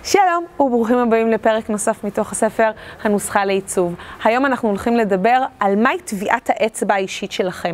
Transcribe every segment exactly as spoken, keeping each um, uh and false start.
שלום וברוכים הבאים לפרק נוסף מתוך הספר הנוסחה לעיצוב. היום אנחנו הולכים לדבר על מהי טביעת האצבע האישית שלכם.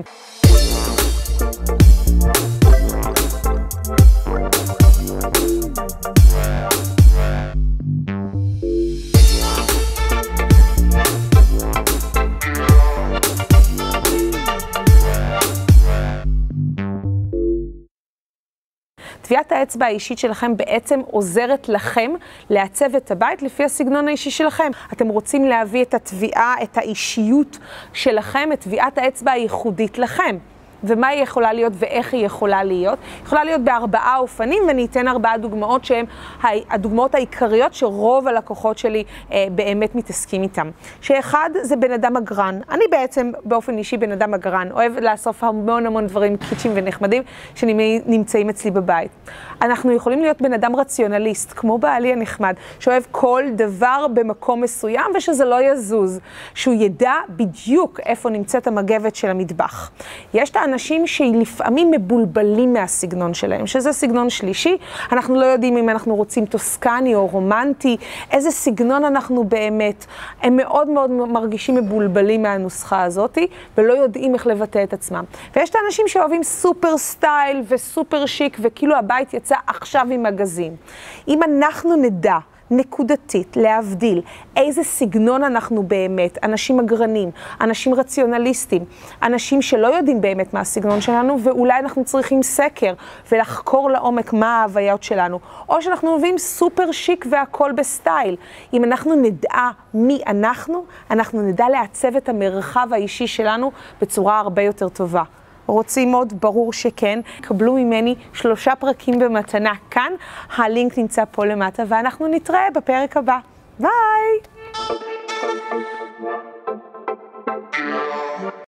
טביעת האצבע האישית שלכם בעצם עוזרת לכם לעצב את הבית לפי הסגנון האישי שלכם. אתם רוצים להביא את הטביעה, את האישיות שלכם, את טביעת האצבע הייחודית לכם. ומה היא יכולה להיות ואיך היא יכולה להיות? היא יכולה להיות בארבעה אופנים, ואני אתן ארבעה דוגמאות שהן הדוגמאות העיקריות שרוב הלקוחות שלי אה, באמת מתעסקים איתם. שאחד זה בן אדם אגרן. אני בעצם באופן אישי בן אדם אגרן, אוהב לאסוף המון המון דברים קיצ'ים ונחמדים שנמצאים אצלי בבית. אנחנו יכולים להיות בן אדם רציונליסט, כמו בעלי הנחמד, שאוהב כל דבר במקום מסוים ושזה לא יזוז, שהוא ידע בדיוק איפה נמצאת המגבת של המטבח. יש את האנשים שלפעמים מבולבלים מהסגנון שלהם, שזה סגנון שלישי. אנחנו לא יודעים אם אנחנו רוצים טוסקני או רומנטי, איזה סגנון אנחנו באמת. הם מאוד מאוד מרגישים מבולבלים מהנוסחה הזאת, ולא יודעים איך לבטא את עצמם. ויש את האנשים שאוהבים סופר סטייל וסופר שיק, וכאילו הבית יצא עכשיו עם מגזין. אם אנחנו נדע נקודתית, להבדיל, איזה סגנון אנחנו באמת, אנשים אגרנים, אנשים רציונליסטים, אנשים שלא יודעים באמת מה הסגנון שלנו, ואולי אנחנו צריכים סקר ולחקור לעומק מה ההוויות שלנו, או שאנחנו אוהבים סופר שיק והכל בסטייל. אם אנחנו נדע מי אנחנו, אנחנו נדע לעצב את המרחב האישי שלנו בצורה הרבה יותר טובה. רוצים עוד? ברור שכן. קבלו ממני שלושה פרקים במתנה כאן. הלינק נמצא פה למטה, ואנחנו נתראה בפרק הבא. ביי!